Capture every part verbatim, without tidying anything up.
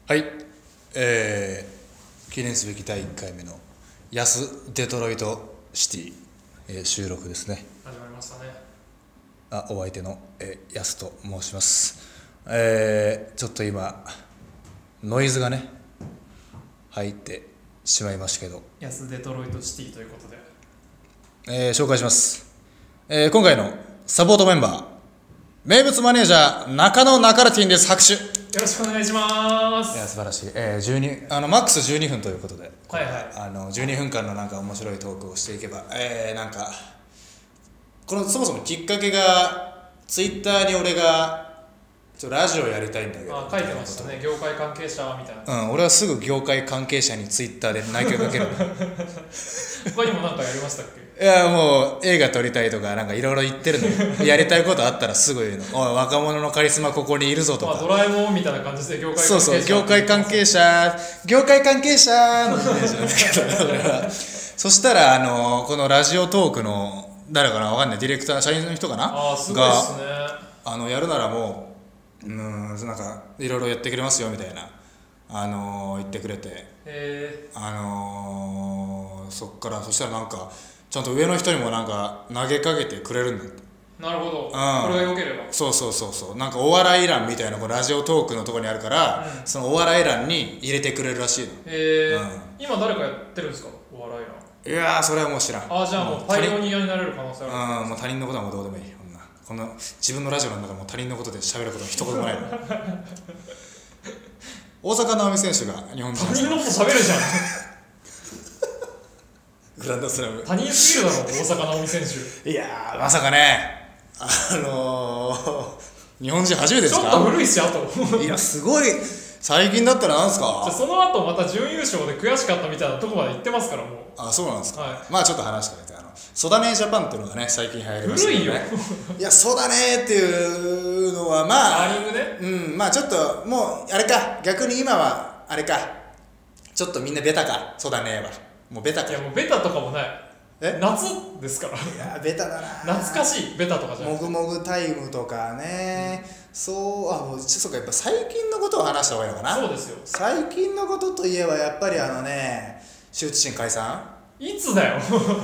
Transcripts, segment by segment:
はい、えー、記念すべきだいいっかいめのヤスデトロイトシティ、えー、収録ですね。 始まりましたね。 あ、お相手の、えー、ヤスと申します。えー、ちょっと今ノイズがね入ってしまいましたけど、 ヤスデトロイトシティということで、 えー、紹介します。えー、今回のサポートメンバー、名物マネージャー中野中ラティンです。拍手。 よろしくお願いします。 いや素晴らしい、えー、じゅうにあのマックスじゅうにふんということで、 はいはい、 あのじゅうにふんかんのなんか面白いトークをしていけば、えー、なんかこのそもそもきっかけがツイッターに俺がちょラジオやりたいんだけど、 あ書いてましたね。業界関係者みたいな。 うん、俺はすぐ業界関係者にツイッターで投げかける他にも何かやりましたっけ？ いやもう映画撮りたいとかなんかいろいろ言ってるのよ。やりたいことあったらすぐ言うの。おい若者のカリスマここにいるぞとか、 まあ、ドラえもんみたいな感じで業界関係者、 そうそう業界関係者業界関係者のイメージなんだけど俺はそしたらあのこのラジオトークの誰かなわかんないディレクター社員の人かなあすごいっすね。 あのやるならもううーんなんかいろいろやってくれますよみたいなあの言ってくれて、 へあのそっからそしたらなんかちゃんと上の人にもなんか投げかけてくれるんだって。 ーなるほど、 うん、 これが良ければ。 そうそうそうそうなんかお笑い欄みたいなこうラジオトークのところにあるから、うん、そのお笑い欄に入れてくれるらしいの。 へえ、 うん、 今誰かやってるんですかお笑い欄。 いやーそれはもう知らん。 あじゃあもうパイオニアになれる可能性ある。 うんもう他人のことはもうどうでもいい。こんなこの自分のラジオなんだからもう他人のことで喋ることは一言もないの大坂なおみ選手が日本人他人のこと喋るじゃんグランドスラム他人すぎるだろ大坂なおみ選手。 いやーまさかねあのー、日本人初めてですか。 ちょっと古いしあといやすごい最近だったらなんですか。 じゃその後また準優勝で悔しかったみたいなとこまで行ってますからもう。 あそうなんですか、 はい、 まあちょっと話してみて、あのソダネージャパンっていうのがね最近流行りましたね。 古いよいやソダネーっていうのはまあカーリングね。 うんまあちょっともうあれか逆に今はあれかちょっとみんなベタかソダネーはもうベタか。 いやもうベタとかもない。 え夏ですから。 いやベタだな。 懐かしいベタとかじゃん。 もぐもぐタイムとかね、うん、そうあもうそうかやっぱ最近のことを話した方がいいのかな。 そうですよ。 最近のことといえばやっぱりあのね羞恥心解散。 いつだよいや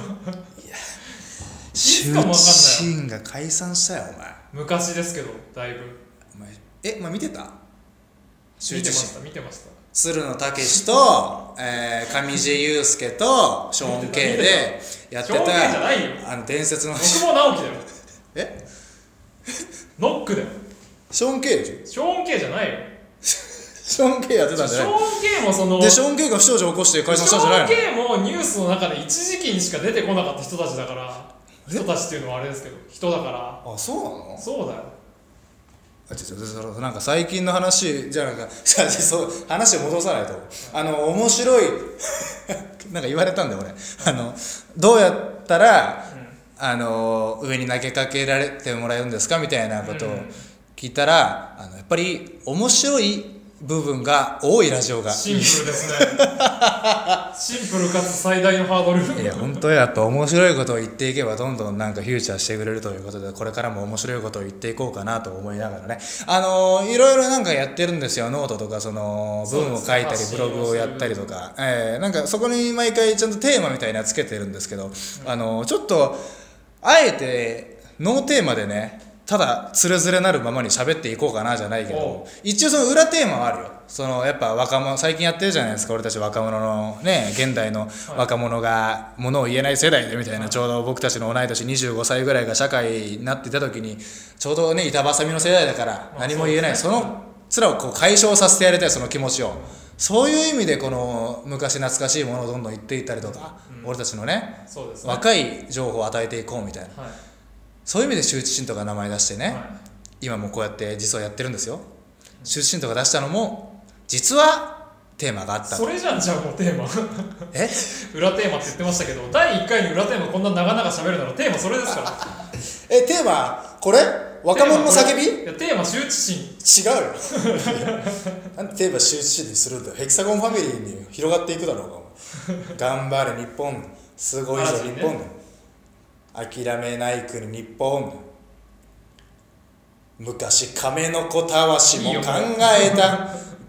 羞恥心が解散したよお前。 昔ですけどだいぶ。 お前えお前見てた。 見てました見てました。 鶴野武史と、えー、上地雄介とショーン・ケイでやってたショーン・ケイじゃないよあの伝説の僕も直樹だよえノックだよショーン・ケイでしょ。 ショーン・ケイじゃないよショーン・ケイやってたんじゃない。 ショーン・ケイもそのでショーン・ケイが不祥事を起こして解散したんじゃないの。 ショーン・ケイもニュースの中で一時期にしか出てこなかった人たちだから人たちっていうのはあれですけど人だから。 あそうなの。 そうだよ。 あちょっとなんか最近の話じゃなんかそう話を戻さないとあの面白いなんか言われたんだよ俺あのどうやったら、うん、あの上に投げかけられてもらえるんですかみたいなことを聞いたら、うん、あのやっぱり面白い部分が多いラジオがシンプルですねシンプルかつ最大のハードルいや本当やっぱ面白いことを言っていけばどんどんなんかフューチャーしてくれるということでこれからも面白いことを言っていこうかなと思いながらねあのー、いろいろなんかやってるんですよ。ノートとかその文を書いたりブログをやったりとか、えー、なんかそこに毎回ちゃんとテーマみたいなのつけてるんですけど、うん、あのー、ちょっとあえてノーテーマでねただつれづれなるままに喋っていこうかなじゃないけど一応その裏テーマはあるよ。そのやっぱ若者最近やってるじゃないですか俺たち若者のね現代の若者がものを言えない世代でみたいなちょうど僕たちの同い年にじゅうごさいぐらいが社会になっていた時にちょうどね板挟みの世代だから何も言えないそのつらをこう解消させてやりたいその気持ちをそういう意味でこの昔懐かしいものをどんどん言っていったりとか俺たちのね若い情報を与えていこうみたいなそういう意味で羞恥心とか名前出してね、はい、今もこうやって実はやってるんですよ。羞恥心とか出したのも実はテーマがあった。 それじゃんじゃあもうテーマえ裏テーマって言ってましたけどだいいっかいに裏テーマこんな長々喋るならテーマそれですからえテーマこれ若者の叫び。 いやテーマ羞恥心違うよなんでテーマ羞恥心にするんだよ。ヘキサゴンファミリーに広がっていくだろうが頑張れ日本すごいぞ日本、ね、諦めない国日本昔亀の子たわしも考えた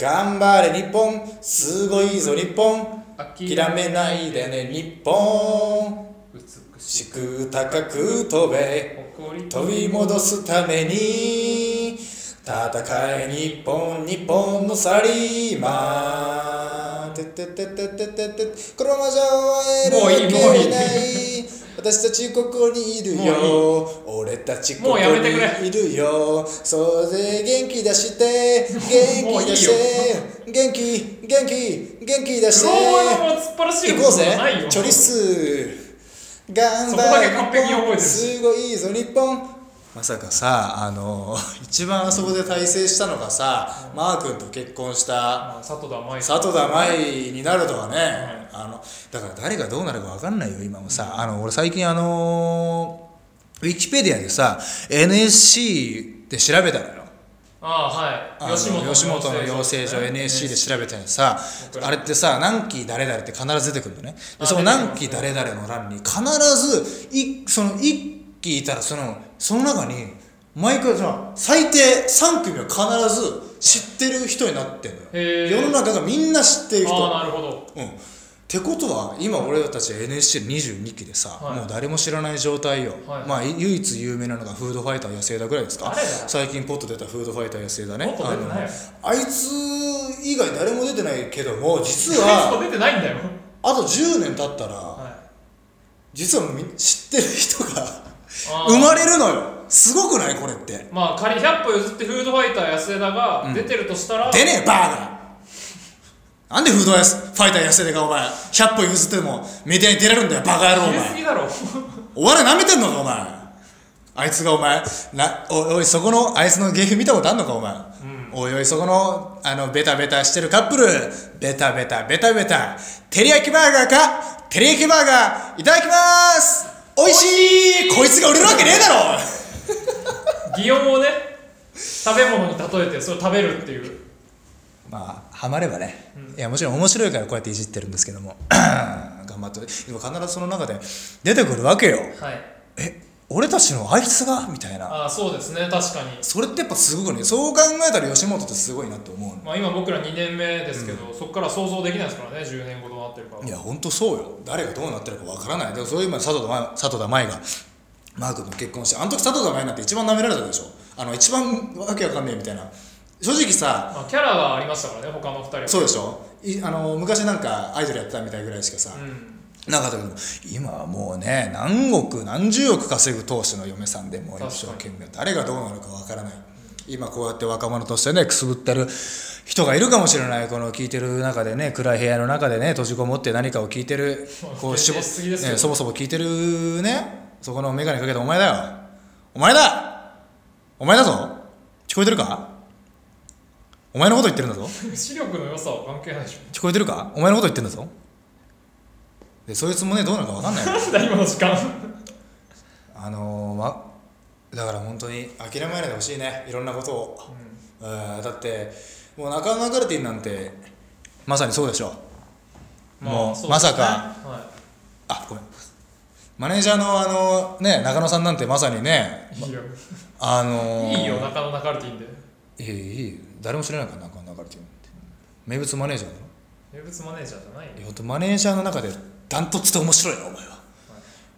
頑張れ日本すごいぞ日本諦諦めないでね日本美しく高く飛べ誇り飛び戻すために戦え日本日本のサリーマンてってってってってってってこのままじゃ終わるわけない私たちここにいるよ俺たちここにいるよそうで元気出して元気出して元気元気元気出してプロも突っ張らしい行こうぜないよチョリス頑そこだけ張完璧に覚えてるるすごいぞ日本まさかさあの一番あそこで大成したのがさ、うん、マー君と結婚した佐藤田舞佐藤田舞になるとはね、 うん、 あのだから誰がどうなるか分かんないよ今もさ、うん、あの俺最近あのウィキペディアでさ エヌエスシー で調べたのよああはい吉本の養成所 エヌエスシー で調べたのさあれってさ何期誰々って必ず出てくるのねでその何期誰々の欄に必ずいそのいっきいたらそのその中に毎回じゃ最低さん組は必ず知ってる人になってんのよ世の中がみんな知ってる人ああなるほど、 うん、ってことは今俺たち エヌエスシー にじゅうにきでさ、はい、もう誰も知らない状態よ、はい、まあ唯一有名なのがフードファイター安枝ぐらいですか最近ポッと出たフードファイター安枝ねあのあいつ以外誰も出てないけども実は出てないんだよあとじゅうねん経ったら、はい、実は知ってる人が生まれるのよすごくないこれってまあ仮にひゃっぽ譲ってフードファイター安枝が出てるとしたら、うん、 出ねえバーガーなんでフードファイター安枝がお前ひゃっぽ譲ってもメディアに出れるんだよバカ野郎お前入れすぎだろお笑い舐めてんのかお前あいつがお前な お, おいそこのあいつの芸風見たことあんのかお前、うん、おいおいそこのあのベタベタしてるカップルベタベタベタベタ照り焼きバーガーか照り焼きバーガーいただきますおいしいこいつが売れるわけねえだろ擬音をね食べ物に例えてそれを食べるっていうまあハマればね、うん、いやもちろん面白いからこうやっていじってるんですけども頑張ってでも必ずその中で出てくるわけよ、はい、え俺たちのあいつがみたいなあそうですね確かにそれってやっぱすごくねそう考えたら吉本ってすごいなって思う、 まあ、今僕らにねんめですけど、うん、そこから想像できないですからねじゅうねんごどうなってるかいやほんとそうよ誰がどうなってるかわからないでもそういう今佐藤田佐藤田舞がマー君と結婚してあの時佐藤田舞なんて一番舐められたでしょあの一番わけわかんねえみたいな正直さ、 まあ、キャラがありましたからね他のふたりはそうでしょいあの昔なんかアイドルやってたみたいぐらいしかさ、うんなかったけど今はもうね何億何十億稼ぐ当主の嫁さんでもう一生懸命誰がどうなるかわからない今こうやって若者としてねくすぶってる人がいるかもしれないこの聞いてる中でね暗い部屋の中でね閉じこもって何かを聞いてるこうしぼ、ね、そもそも聞いてるねそこの眼鏡かけたお前だよお前だお前だぞ聞こえてるかお前のこと言ってるんだぞ視力の良さは関係ないでしょ聞こえてるかお前のこと言ってるんだぞでそいつもねどうなるか分かんないなんだ今の時間あのー、まだから本当に諦めないでほしいねいろんなことを、うん、だってもう中野カルティンなんてまさにそうでしょ、まあ、もう、ね、まさか、はい、あごめんマネージャーのあのね中野さんなんてまさにねいいよあのー、 いいよ中野カルティンでいいいい誰も知らないから中野カルティンって名物マネージャーだろ名物マネージャーじゃないよほんとマネージャーの中でダントツで面白いなお前は、はい、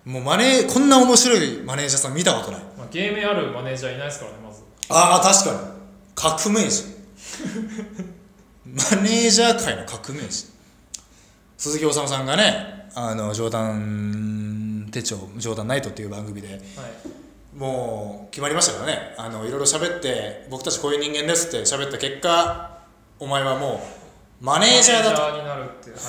もうマネこんな面白いマネージャーさん見たことない、 まあ、芸名あるマネージャーいないですからねまずああ確かに革命児マネージャー界の革命児鈴木おさむさんがねあの冗談手帳冗談ナイトっていう番組で、はい、もう決まりましたからねあのいろいろ喋って僕たちこういう人間ですって喋った結果お前はもうマネージャーだとマネージャーになるって、はい、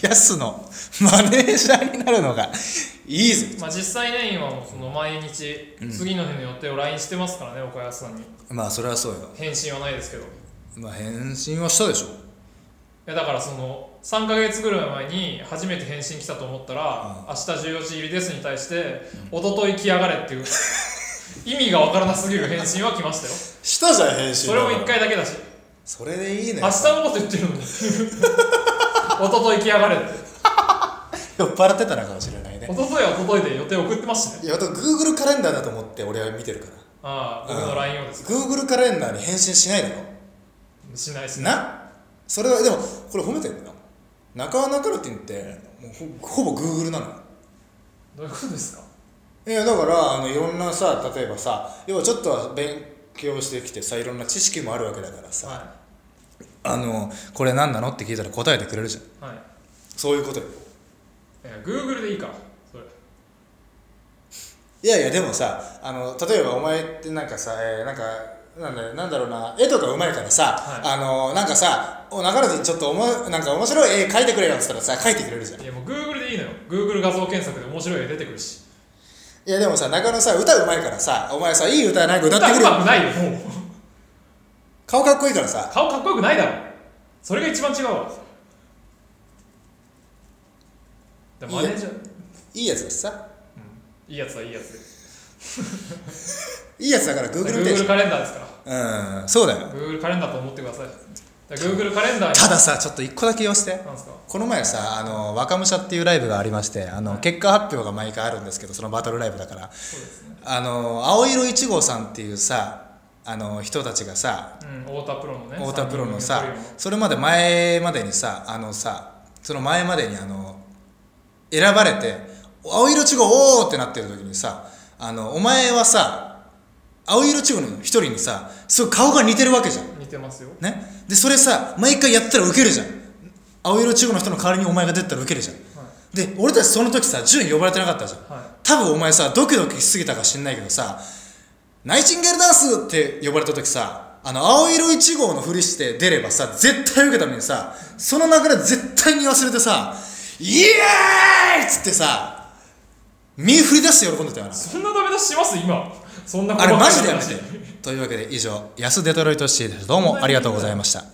ヤスのマネージャーになるのがいいぞ、 まあ、実際ね今もその毎日、うん、次の日の予定を ライン してますからね岡安さんにまあそれはそうよ返信はないですけどまあ返信はしたでしょいやだからそのさんかげつぐらい前に初めて返信来たと思ったら、うん、明日じゅうよじ入りですに対して、うん、一昨日来やがれっていう意味がわからなすぎる返信は来ましたよしたじゃん返信それもいっかいだけだしそれでいいね明日のこと言ってるのに一昨日来やがれって酔っ払ってたのかもしれないね一昨日は一昨日で予定送ってましたねいや Google カレンダーだと思って俺は見てるからああ僕の ライン をですか Google カレンダーに返信しないだろしないですねなそれはでもこれ褒めてるんだよ。中尾ナカルティンってもう ほ, ほぼ Google なのよ。 どういうことですか？ いやだからあのいろんなさ、例えばさ、要はちょっとは勉強してきてさ、いろんな知識もあるわけだからさ、 はあのこれ何なのって聞いたら答えてくれるじゃん。 いはい。 そういうことよ。 いや Google でいいかそれ。 いやいやでもさ、あの例えばお前ってなんかさ、えー、なんかなんだなんだろうな、絵とか上手いからさ、 はい、 あのなんかさ、お中原にちょっとおもなんか面白い絵描いてくれよっつったらさ、描いてくれるじゃん。 いやもう Google でいいのよ。 Google 画像検索で面白い絵出てくるし。 いやでもさ、中野さ歌上手いからさ、お前さ、いい歌なんか歌ってくれよ。 歌うまくないよもう。 顔かっこいいからさ。 顔かっこよくないだろ、それが一番違うわ。でマネージャーいいやつだしさ、 うん、いいやつはいいやつでいいやつだから Google 見てる Google カレンダーですから。 うん、そうだよ。 Google カレンダーと思ってください。Google カレンダーにたださ、ちょっと一個だけ言わせて。 なんすか？ この前さ、あの若武者っていうライブがありまして、あの、はい、結果発表が毎回あるんですけど、そのバトルライブだから、 そうですね、 あの青色いち号さんっていうさ、あの人たちがさ、 うん、太田プロのね、 太田プロのさ、それまで前までにさ、あのさ、その前までにあの選ばれて、青色いち号おーってなってる時にさ、あのお前はさ、青色いち号の一人にさ、すごい顔が似てるわけじゃん。 似てますよ。 ね。でそれさ、毎回やったらウケるじゃん。青色いち号の人の代わりにお前が出たらウケるじゃん。はい、で俺たちその時さ、順位呼ばれてなかったじゃん。はい、多分お前さ、ドキドキしすぎたか知んないけどさ、ナイチンゲールダンスって呼ばれた時さ、あの青色いち号のふりして出ればさ、絶対受けたのにさ、その流れ絶対に忘れてさ、イエーイっつってさ、身振り出して喜んでたよな。 そんなダメ出しします今？そんなあれマジでやめて。というわけで以上、安デトロイトシティです。どうもありがとうございました。